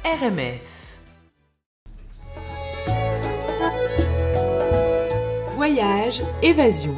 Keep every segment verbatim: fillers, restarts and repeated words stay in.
R M F. Voyage, évasion.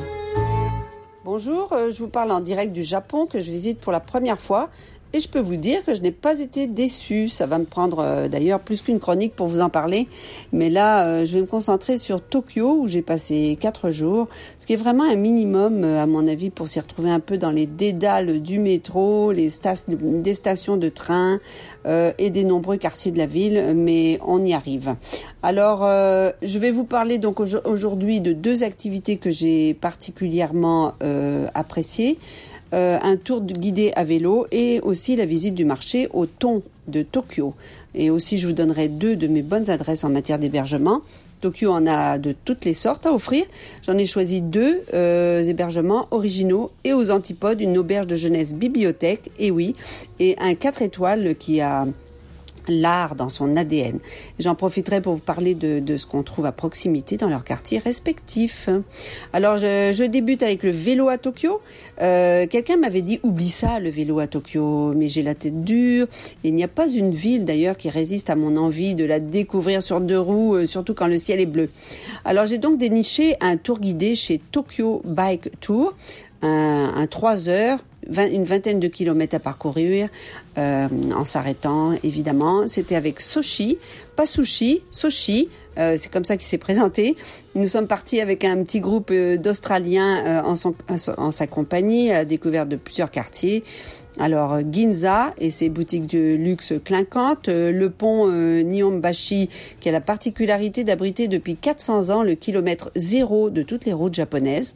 Bonjour, je vous parle en direct du Japon que je visite pour la première fois et je peux vous dire que je n'ai pas été déçue. Ça va me prendre euh, d'ailleurs plus qu'une chronique pour vous en parler, mais là euh, je vais me concentrer sur Tokyo où j'ai passé quatre jours, ce qui est vraiment un minimum euh, à mon avis pour s'y retrouver un peu dans les dédales du métro, les sta- des stations de train euh, et des nombreux quartiers de la ville, mais on y arrive. Alors euh, je vais vous parler donc au- aujourd'hui de deux activités que j'ai particulièrement euh, appréciées. Euh, un tour guidé à vélo et aussi la visite du marché au thon de Tokyo. Et aussi, je vous donnerai deux de mes bonnes adresses en matière d'hébergement. Tokyo en a de toutes les sortes à offrir. J'en ai choisi deux euh, hébergements originaux et aux antipodes, une auberge de jeunesse bibliothèque, et oui, et un quatre étoiles qui a l'art dans son A D N. J'en profiterai pour vous parler de, de ce qu'on trouve à proximité dans leurs quartiers respectifs. Alors, je, je débute avec le vélo à Tokyo. Euh, quelqu'un m'avait dit, oublie ça, le vélo à Tokyo, mais j'ai la tête dure. Il n'y a pas une ville, d'ailleurs, qui résiste à mon envie de la découvrir sur deux roues, euh, surtout quand le ciel est bleu. Alors, j'ai donc déniché un tour guidé chez Tokyo Bike Tour, un, un trois heures, vingt, une vingtaine de kilomètres à parcourir, euh, en s'arrêtant, évidemment. C'était avec Soshi, pas Sushi, Soshi. Euh, c'est comme ça qu'il s'est présenté. Nous sommes partis avec un petit groupe euh, d'Australiens euh, en, son, en sa compagnie à la découverte de plusieurs quartiers. Alors Ginza et ses boutiques de luxe clinquantes, euh, le pont euh, Nihonbashi qui a la particularité d'abriter depuis quatre cents ans le kilomètre zéro de toutes les routes japonaises.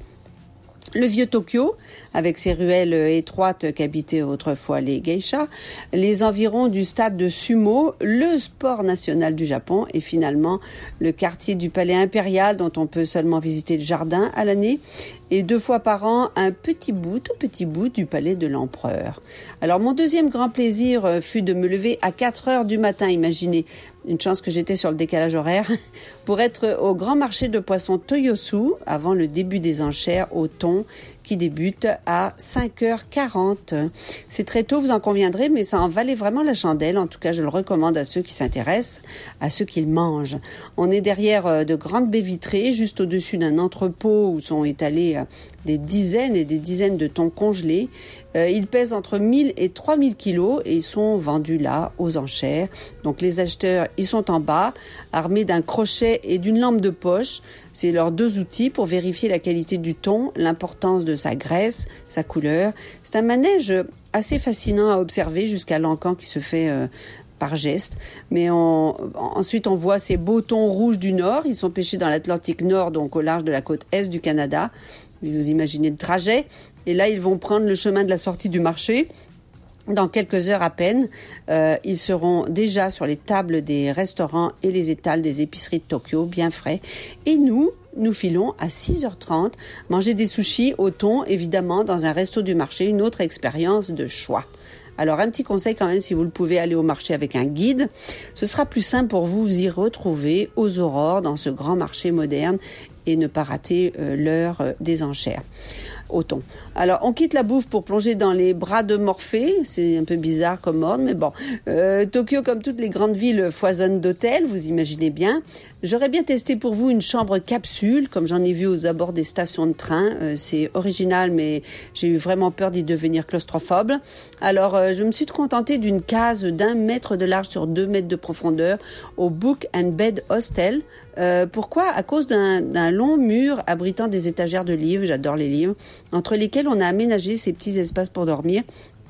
Le vieux Tokyo, avec ses ruelles étroites qu'habitaient autrefois les geishas, les environs du stade de sumo, le sport national du Japon et finalement le quartier du palais impérial dont on peut seulement visiter le jardin à l'année et deux fois par an un petit bout, tout petit bout du palais de l'empereur. Alors mon deuxième grand plaisir fut de me lever à quatre heures du matin, imaginez, une chance que j'étais sur le décalage horaire, pour être au grand marché de poissons Toyosu avant le début des enchères au thon qui débute à cinq heures quarante. C'est très tôt, vous en conviendrez, mais ça en valait vraiment la chandelle. En tout cas, je le recommande à ceux qui s'intéressent, à ceux qui le mangent. On est derrière de grandes baies vitrées, juste au-dessus d'un entrepôt où sont étalés des dizaines et des dizaines de thons congelés. Euh, ils pèsent entre mille et trois mille kilos et ils sont vendus là, aux enchères. Donc les acheteurs, ils sont en bas, armés d'un crochet et d'une lampe de poche. C'est leurs deux outils pour vérifier la qualité du thon, l'importance de sa graisse, sa couleur. C'est un manège assez fascinant à observer jusqu'à l'encan qui se fait euh, par geste. Mais on, ensuite, on voit ces beaux thons rouges du Nord. Ils sont pêchés dans l'Atlantique Nord, donc au large de la côte est du Canada. Vous imaginez le trajet. Et là, ils vont prendre le chemin de la sortie du marché. Dans quelques heures à peine, euh, ils seront déjà sur les tables des restaurants et les étals des épiceries de Tokyo, bien frais. Et nous, nous filons à six heures trente, manger des sushis au thon, évidemment, dans un resto du marché, une autre expérience de choix. Alors, un petit conseil quand même, si vous le pouvez aller au marché avec un guide, ce sera plus simple pour vous vous y retrouver aux aurores dans ce grand marché moderne et ne pas rater euh, l'heure euh, des enchères au thon. Alors, on quitte la bouffe pour plonger dans les bras de Morphée. C'est un peu bizarre comme ordre, mais bon. Euh, Tokyo, comme toutes les grandes villes, foisonne d'hôtels, vous imaginez bien. J'aurais bien testé pour vous une chambre capsule, comme j'en ai vu aux abords des stations de train. Euh, c'est original, mais j'ai eu vraiment peur d'y devenir claustrophobe. Alors, euh, je me suis contentée d'une case d'un mètre de large sur deux mètres de profondeur au Book and Bed Hostel. Euh, pourquoi ? À cause d'un, d'un long mur abritant des étagères de livres, j'adore les livres, entre lesquels on a aménagé ces petits espaces pour dormir.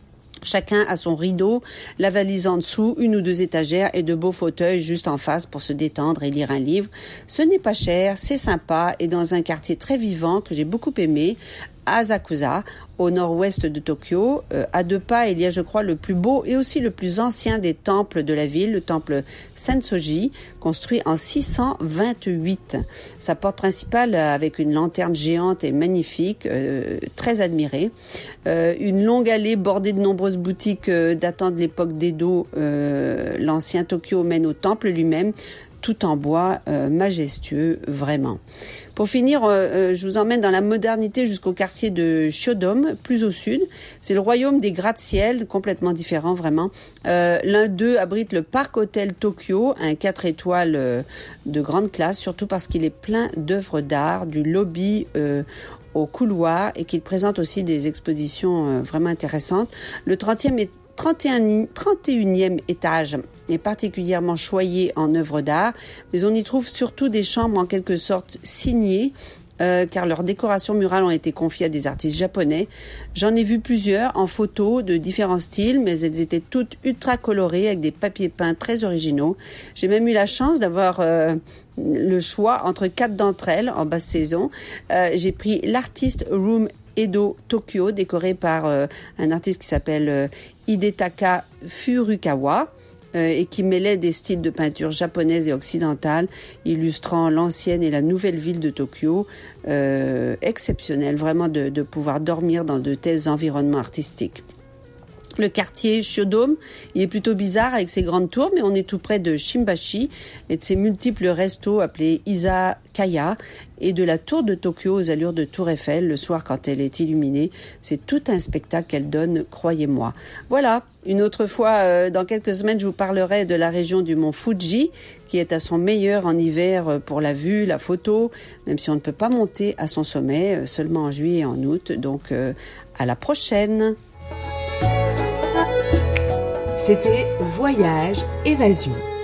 Chacun a son rideau, la valise en dessous, une ou deux étagères et de beaux fauteuils juste en face pour se détendre et lire un livre. Ce n'est pas cher, c'est sympa et dans un quartier très vivant que j'ai beaucoup aimé, Asakusa, au nord-ouest de Tokyo. Euh, à deux pas, il y a, je crois, le plus beau et aussi le plus ancien des temples de la ville, le temple Sensoji, construit en six cent vingt-huit. Sa porte principale, avec une lanterne géante et magnifique, euh, très admirée. Euh, une longue allée bordée de nombreuses boutiques euh, datant de l'époque d'Edo. Euh, l'ancien Tokyo mène au temple lui-même. tout en bois, euh, majestueux, vraiment. Pour finir, euh, je vous emmène dans la modernité jusqu'au quartier de Shiodome, plus au sud. C'est le royaume des gratte-ciel, complètement différent, vraiment. Euh, l'un d'eux abrite le Parc Hôtel Tokyo, un quatre étoiles euh, de grande classe, surtout parce qu'il est plein d'œuvres d'art, du lobby euh, au couloir, et qu'il présente aussi des expositions euh, vraiment intéressantes. Le trentième est trente et unième étage est particulièrement choyé en œuvres d'art, mais on y trouve surtout des chambres en quelque sorte signées, euh, car leurs décorations murales ont été confiées à des artistes japonais. J'en ai vu plusieurs en photo de différents styles, mais elles étaient toutes ultra colorées avec des papiers peints très originaux. J'ai même eu la chance d'avoir euh, le choix entre quatre d'entre elles en basse saison. Euh, j'ai pris l'artiste Room Edo Tokyo, décoré par euh, un artiste qui s'appelle euh, Hidetaka Furukawa, euh, et qui mêlait des styles de peinture japonaise et occidentale, illustrant l'ancienne et la nouvelle ville de Tokyo. Euh, exceptionnel, vraiment, de, de pouvoir dormir dans de tels environnements artistiques. Le quartier Shiodome, il est plutôt bizarre avec ses grandes tours, mais on est tout près de Shimbashi et de ses multiples restos appelés Izakaya et de la tour de Tokyo aux allures de Tour Eiffel le soir quand elle est illuminée. C'est tout un spectacle qu'elle donne, croyez-moi. Voilà, une autre fois, euh, dans quelques semaines, je vous parlerai de la région du mont Fuji qui est à son meilleur en hiver pour la vue, la photo, même si on ne peut pas monter à son sommet, seulement en juillet et en août. Donc, euh, à la prochaine. C'était Voyage Évasion.